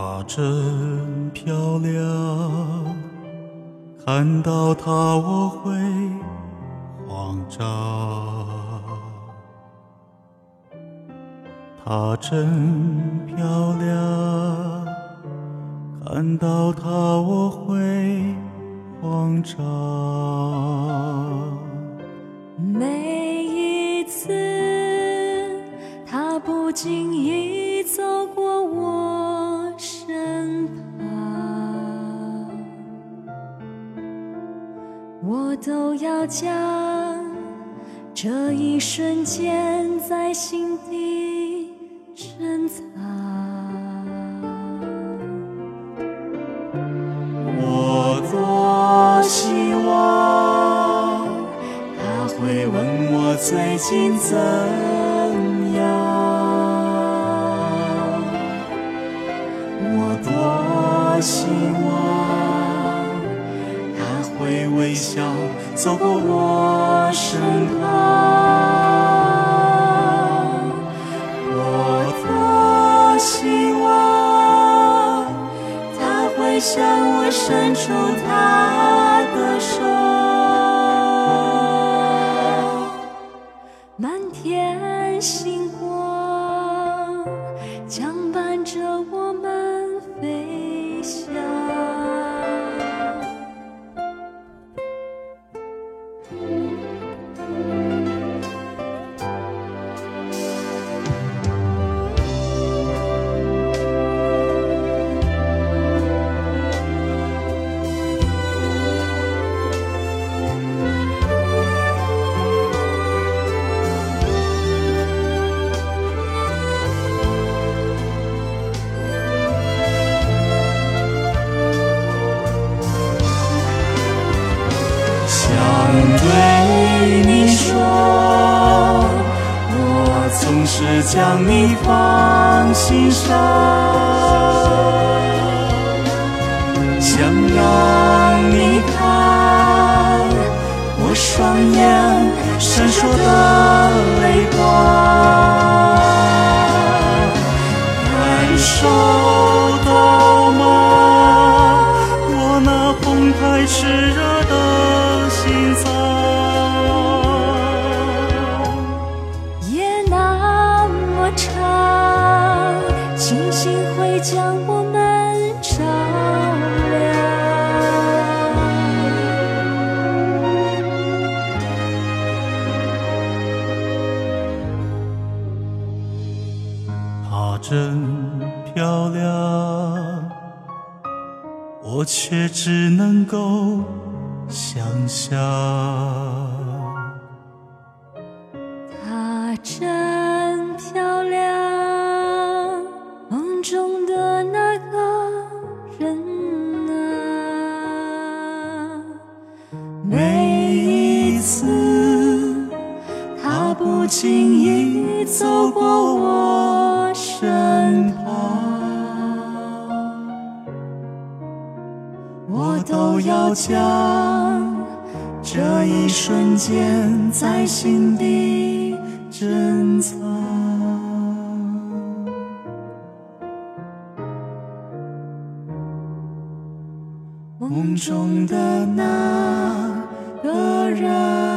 她真漂亮，看到她我会慌张。她真漂亮，看到她我会慌张。 每一次她不经意走过我身旁，我都要将这一瞬间在心底珍藏。 我多希望他会问我最近怎样，我多希望他会微笑走过我身旁，我多希望他会向我伸出他的手， 满天星光将伴着我们飞翔。 对你说，我总是将你放心上，想让你看我双眼闪烁的泪光，感受到吗？我那澎湃炽热的心脏， 夜那么长，星星会将我们照亮。 她真漂亮，我却只能够想象。 她真漂亮，梦中的那个人啊， 每一次她不经意走过我身旁，我都要将这一瞬间在心底珍藏。梦中的那个人。